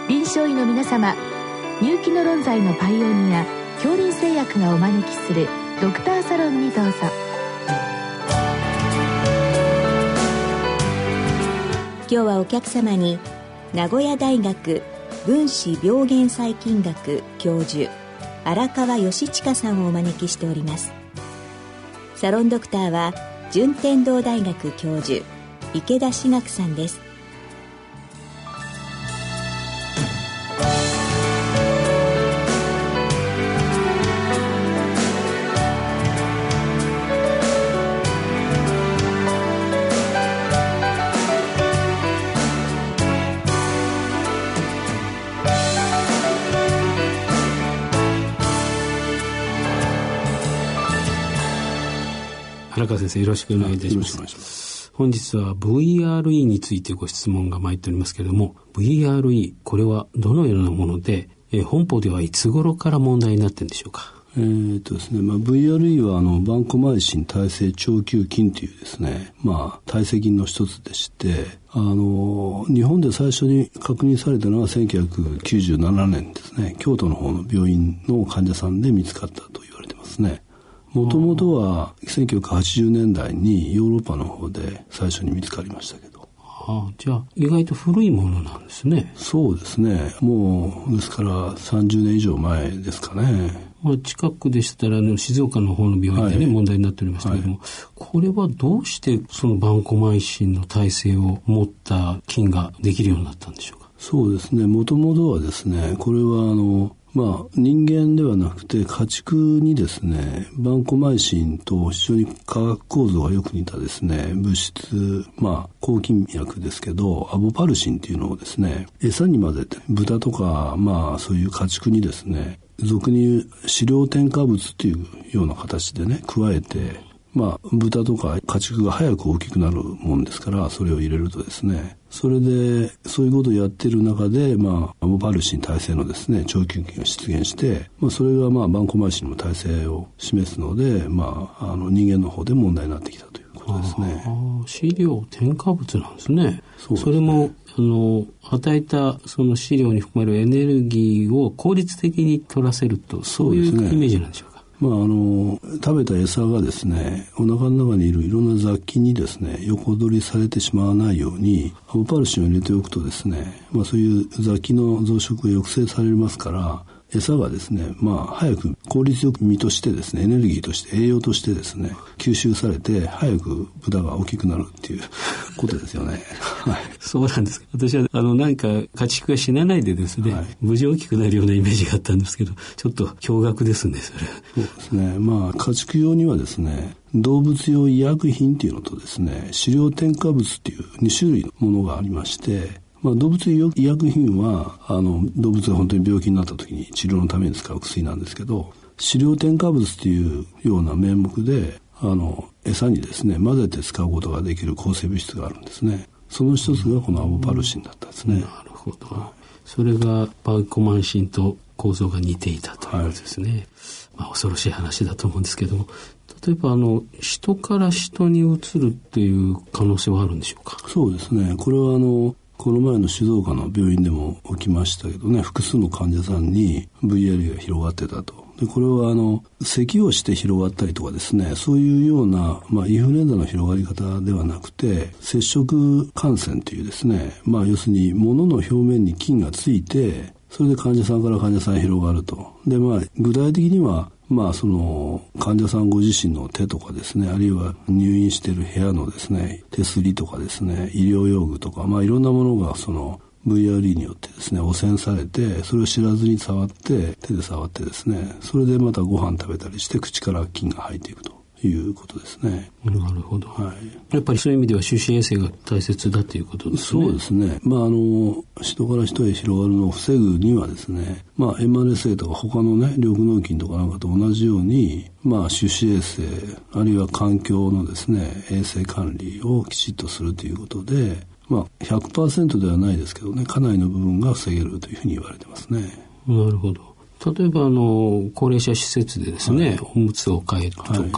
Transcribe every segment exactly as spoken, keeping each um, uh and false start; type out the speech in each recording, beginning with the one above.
臨床医の皆様、入気の論剤のパイオニア恐林製薬がお招きするドクターサロンにどうぞ。 今日はお客様に名古屋大学分子病原細菌学教授荒川義親さんをお招きしております。サロンドクターは順天堂大学教授池田志学さんです。 荒川先生、よろしくお願いいたします。よろしくお願いします。本日は ブイアールイー についてご質問が参っておりますけれども、 ブイアールイー これはどのようなもので、え本邦ではいつ頃から問題になっているんでしょうか。 えーとですねまあ、ブイアールイー はあのバンコマイシン耐性腸球菌というですね、まあ、耐性菌の一つでして、あの日本で最初に確認されたのはせんきゅうひゃくきゅうじゅうななねんですね。京都の方の病院の患者さんで見つかったと言われてますね。もともとはせんきゅうひゃくはちじゅうねんだいにヨーロッパの方で最初に見つかりましたけど。 ああ、じゃあ意外と古いものなんですね。 そうですね。もうですからさんじゅうねん以上前ですかね。 まあ、近くでしたらあの静岡の方の病院でね、はい、問題になっておりましたけれども、はい、これはどうしてそのバンコマイシンの耐性を持った菌ができるようになったんでしょうか。 そうですね。もともとはですね、これはあのまあ、人間ではなくて家畜にですね、バンコマイシンと非常に化学構造がよく似たですね、物質、まあ、抗菌薬ですけど、アボパルシンっていうのをですね、餌に混ぜて、豚とか、まあ、そういう家畜にですね、俗に言う飼料添加物っていうような形でね、加えて、まあ、豚とか家畜が早く大きくなるもんですから、それを入れるとですね、それでそういうことをやっている中で、まあ、アボパルシン耐性のですね腸球菌が出現して、まあ、それがまあバンコマイシンの耐性を示すので、まあ、あの人間の方で問題になってきたということですね。 ああ、飼料添加物なんですね。 そうですね。 それもあの与えたその飼料に含まれるエネルギーを効率的に取らせると、そういうイメージなんでしょうか。 まあ、あの食べた餌がですね、お腹の中にいるいろんな雑菌にですね横取りされてしまわないようにアボパルシンを入れておくとですね、まあ、そういう雑菌の増殖が抑制されますから、餌がですね、まあ、早く効率よく身としてですね、エネルギーとして栄養としてですね吸収されて早く豚が大きくなるっていうことですよね。はい、 そうなんです。私はあのなんか家畜が死なないでですね、はい、無事大きくなるようなイメージがあったんですけど、ちょっと驚愕ですね、それ。 そうですね。まあ家畜用にはですね、動物用医薬品っていうのとですね、飼料添加物っていうに種類のものがありまして、まあ、動物医薬品はあの動物が本当に病気になった時に治療のために使う薬なんですけど、飼料添加物っていうような名目であの餌にですね混ぜて使うことができる抗生物質があるんですね。その一つがこのアボパルシンだったんですね。 なるほど、はい、それがバンコマイシンと構造が似ていたということですね。はい、まあ、恐ろしい話だと思うんですけども、例えばあの人から人にうつるっていう可能性はあるんでしょうか。 そうですね。これはあのこの前の静岡の病院でも起きましたけどね、複数の患者さんに ブイアールイー が広がってたと。でこれはあの咳をして広がったりとかですね、そういうような、まあ、インフルエンザの広がり方ではなくて、接触感染というですね、まあ、要するに物の表面に菌がついて、それで患者さんから患者さんに広がると。で、まあ、具体的にはまあ、その患者さんご自身の手とかですね、あるいは入院している部屋のですね手すりとかですね、医療用具とか、まあ、いろんなものがその ブイアールイー によってですね汚染されて、それを知らずに触って手で触ってですね、それでまたご飯食べたりして口から菌が入っていくということですね。 なるほど、 はい、 やっぱりそういう意味では手指衛生が大切だということですね。 そうですね。まああの人から人へ広がるのを防ぐにはですね、まあ エムアールエスエー とか他のね緑膿菌とかなんかと同じように、まあ手指衛生あるいは環境のですね衛生管理をきちっとするということで、まあ ひゃくパーセント ではないですけどね、かなりの部分が防げるというふうに言われてますね。 なるほど。例えばあの高齢者施設でですね、はい、おむつを替えるとか、はい、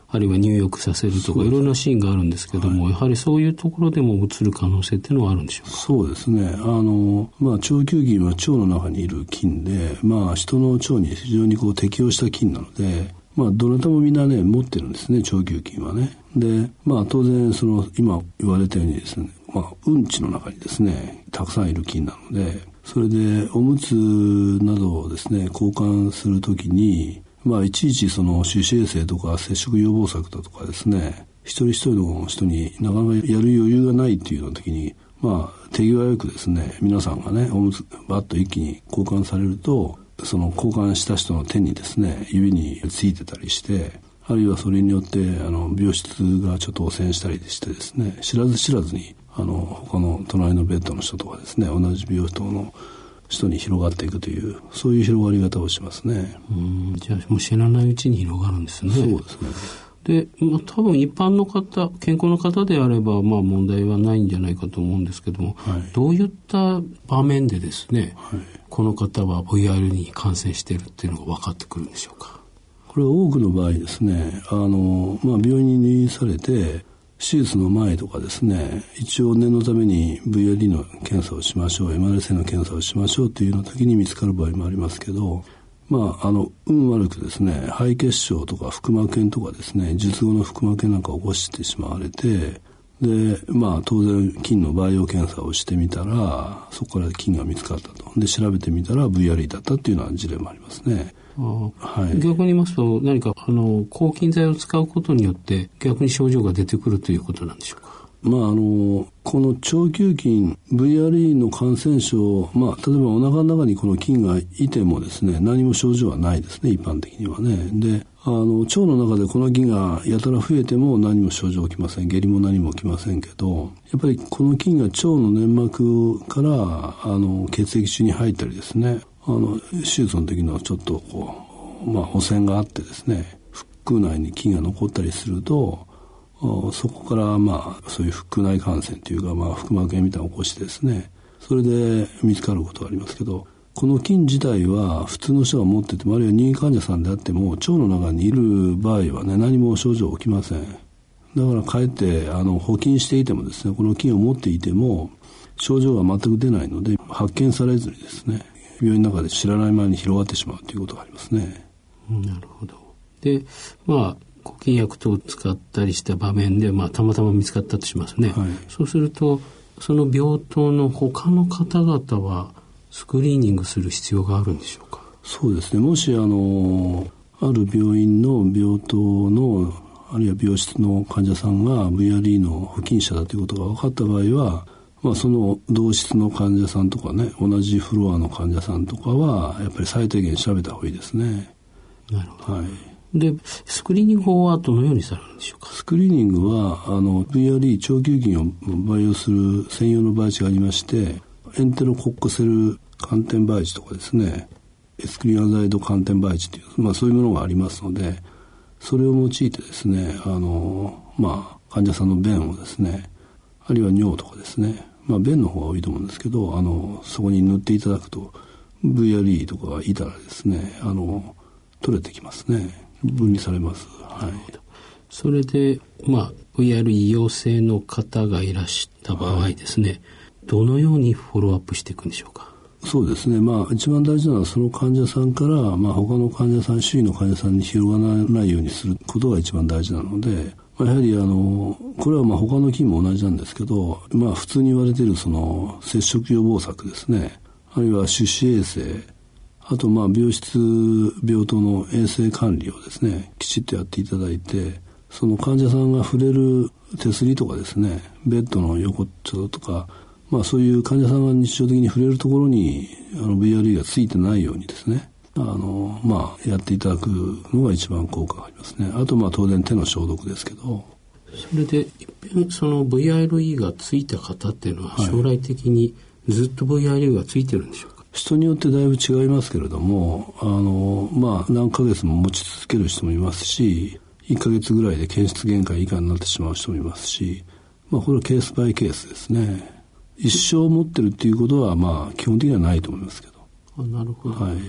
あるいは入浴させるとかいろんなシーンがあるんですけども、はい、やはりそういうところでもうつる可能性っていうのはあるんでしょうか。 そうですね。あの、まあ、腸球菌は腸の中にいる菌で、まあ、人の腸に非常にこう適応した菌なので、まあ、どなたもみんなね、持ってるんですね、腸球菌はね。で、まあ、当然、その、今言われたようにですね、まあ、うんちの中にですね、たくさんいる菌なので、それで、おむつなどをですね、交換するときに、まあ、いちいちその、手指衛生とか接触予防策だとかですね、一人一人の人になかなかやる余裕がないっていうような時に、まあ、手際よくですね、皆さんがね、おむつ、バッと一気に交換されると、その交換した人の手にですね、指についてたりして、あるいはそれによってあの病室がちょっと汚染したりしてですね、知らず知らずにあの他の隣のベッドの人とかですね、同じ病棟の人に広がっていくという、そういう広がり方をしますね。 うん、じゃあもう知らないうちに広がるんですね。 そうですね。 で、まあ、多分一般の方、健康の方であればまあ問題はないんじゃないかと思うんですけども、はい、どういった場面でですね、はい、この方は ブイアール に感染しているっていうのが分かってくるんでしょうか。 これは多くの場合ですね、あの、まあ、病院に入院されて手術の前とかですね、一応念のために ブイアールイー の検査をしましょう、 エムアールエスエー の検査をしましょうというような時に見つかる場合もありますけど、まあ、あの運悪くですね、肺血症とか腹膜炎とかですね、術後の腹膜炎なんかを起こしてしまわれて、で、まあ、当然菌の培養検査をしてみたら、そこから菌が見つかったと。で、調べてみたら ブイアールイー だったっていうような事例もありますね。 あ、はい、逆に言いますと、何かあの抗菌剤を使うことによって逆に症状が出てくるということなんでしょうか。 まあ、あのこの腸球菌 ブイアールイー の感染症、まあ、例えばお腹の中にこの菌がいてもですね、何も症状はないですね、一般的にはね。で、あの腸の中でこの菌がやたら増えても何も症状起きません、下痢も何も起きませんけど、やっぱりこの菌が腸の粘膜からあの血液中に入ったりですね、あの手術の時のちょっとこう、まあ、汚染があってですね、腹腔内に菌が残ったりすると、そこからまあそういう腹腔内感染というか、まあ腹膜炎みたいなのを起こしてですね、それで見つかることがありますけど、この菌自体は普通の人が持ってても、あるいは入院患者さんであっても腸の中にいる場合はね、何も症状起きません。だからかえってあの補菌していてもですね、この菌を持っていても症状が全く出ないので、発見されずにですね、病院の中で知らない間に広がってしまうということがありますね。 うん、なるほど。で、まあ抗菌薬等を使ったりした場面で、まあ、たまたま見つかったとしますね、はい、そうするとその病棟の他の方々はスクリーニングする必要があるんでしょうか。 そうですね、もしあのある病院の病棟のあるいは病室の患者さんが ブイアールイー の不菌者だということが分かった場合は、まあ、その同室の患者さんとかね、同じフロアの患者さんとかはやっぱり最低限調べた方がいいですね。 なるほど、はい。で、スクリーニング法はどのようにされるんでしょうか。 スクリーニングはあの ブイアールイー 腸球菌を培養する専用の培地がありまして、エンテロコックセル寒天培地とかですね、エスクリアザイド寒天培地という、まあ、そういうものがありますので、それを用いてですね、あの、まあ、患者さんの便をですね、あるいは尿とかですね、まあ、便の方が多いと思うんですけど、あのそこに塗っていただくと ブイアールイー とかがいたらですね、あの取れてきますね。分離されます。はい。 それで、まあ、ブイアールイー 陽性の方がいらした場合ですね、はい、どのようにフォローアップしていくんでしょうか。 そうですね。まあ、一番大事なのはその患者さんから、まあ、他の患者さん、周囲の患者さんに広がらないようにすることが一番大事なので、まあ、やはりあの、これはまあ他の菌も同じなんですけど、まあ、普通に言われているその接触予防策ですね。あるいは手指衛生、あとまあ病室病棟の衛生管理をですね、きちっとやっていただいて、その患者さんが触れる手すりとかですね、ベッドの横っちょとか、まあそういう患者さんが日常的に触れるところにあの ブイアールイー がついてないようにですね、あのまあやっていただくのが一番効果がありますね。あとまあ当然手の消毒ですけど。 それで一遍その ブイアールイー がついた方っていうのは将来的にずっと ブイアールイー がついてるんでしょうか。 人によってだいぶ違いますけれども、あのまあ何ヶ月も持ち続ける人もいますし、いっかげつぐらいで検出限界以下になってしまう人もいますし、まあこれはケースバイケースですね。一生持ってるっていうことはまあ基本的にはないと思いますけど。 あ、なるほど。 はい。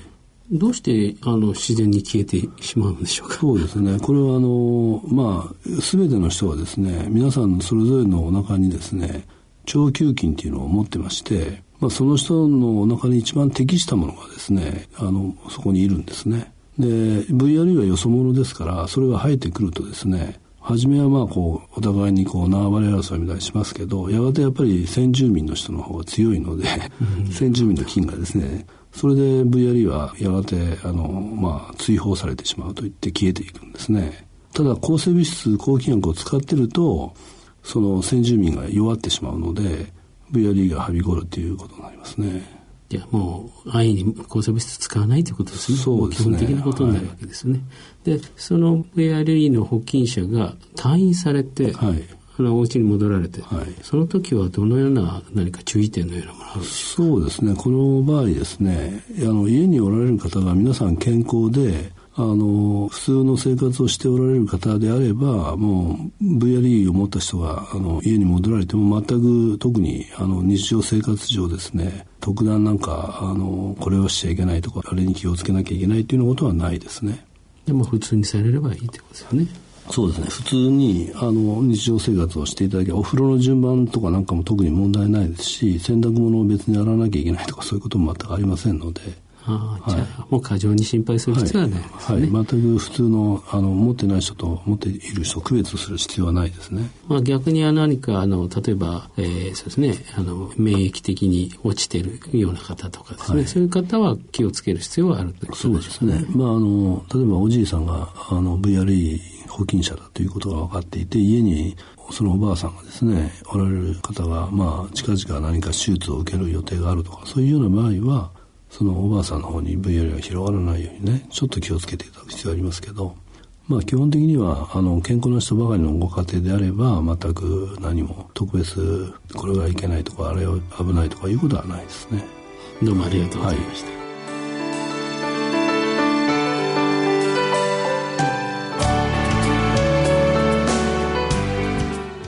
どうしてあの自然に消えてしまうんでしょうか。 そうですね。これはあのまあ全ての人はですね、皆さんそれぞれのお腹にですね、腸球菌っていうのを持ってまして、まあ、その人のお腹に一番適したものがですね、あのそこにいるんですね。で ブイアールイー はよそ者ですから、それが生えてくるとですね、初めはまあこうお互いにこう縄張り争いみたいにしますけど、やがてやっぱり先住民の人の方が強いので、うん、先住民の菌がですね、それで ブイアールイー はやがてあの、まあ、追放されてしまうといって消えていくんですね。ただ抗生物質抗菌薬を使ってると、その先住民が弱ってしまうので ブイアールイー がはびこるということになりますね。 いや、もう安易に抗生物質使わないということですね。 そうですね。 基本的なことになるわけですね。はい、でその ブイアールイー の発菌者が退院されて、はい、あのお家に戻られて、はい、その時はどのような何か注意点のようなものがあるんですか。 そうですね。この場合ですね、あの家におられる方が皆さん健康で、あの普通の生活をしておられる方であれば、もう ブイアールイー を持った人があの家に戻られても全く特にあの日常生活上ですね、特段なんかあのこれをしちゃいけないとか、あれに気をつけなきゃいけないというようなことはないですね。 でも普通にされればいいということですよね。 そうですね。普通にあの日常生活をしていただけ、お風呂の順番とかなんかも特に問題ないですし、洗濯物を別に洗わなきゃいけないとかそういうことも全くありませんので。 ああ、はい、じゃあもう過剰に心配する必要はないですね。 はい、はい、全く普通のあの持ってない人と持っている人を区別する必要はないですね。 まあ、逆に何かあの例えば、えー、そうですね、あの免疫的に落ちているような方とかですね、はい、そういう方は気をつける必要はあるということですね。 そうですね。まああの例えばおじいさんがあの ブイアールイー 保菌者だということが分かっていて、家にそのおばあさんがですねおられる方が、まあ、近々何か手術を受ける予定があるとか、そういうような場合はそのおばあさんの方に ブイアールイー が広がらないようにね、ちょっと気をつけていただく必要がありますけど、まあ基本的にはあの健康な人ばかりのご家庭であれば全く何も特別これはいけないとかあれは危ないとかいうことはないですね。 どうもありがとうございました。はい、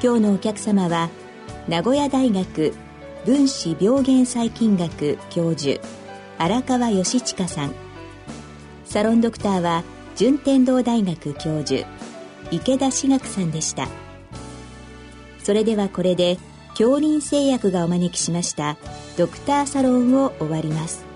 今日のお客様は名古屋大学分子病原細菌学教授荒川義親さん、サロンドクターは順天堂大学教授池田志学さんでした。それではこれで京林製薬がお招きしましたドクターサロンを終わります。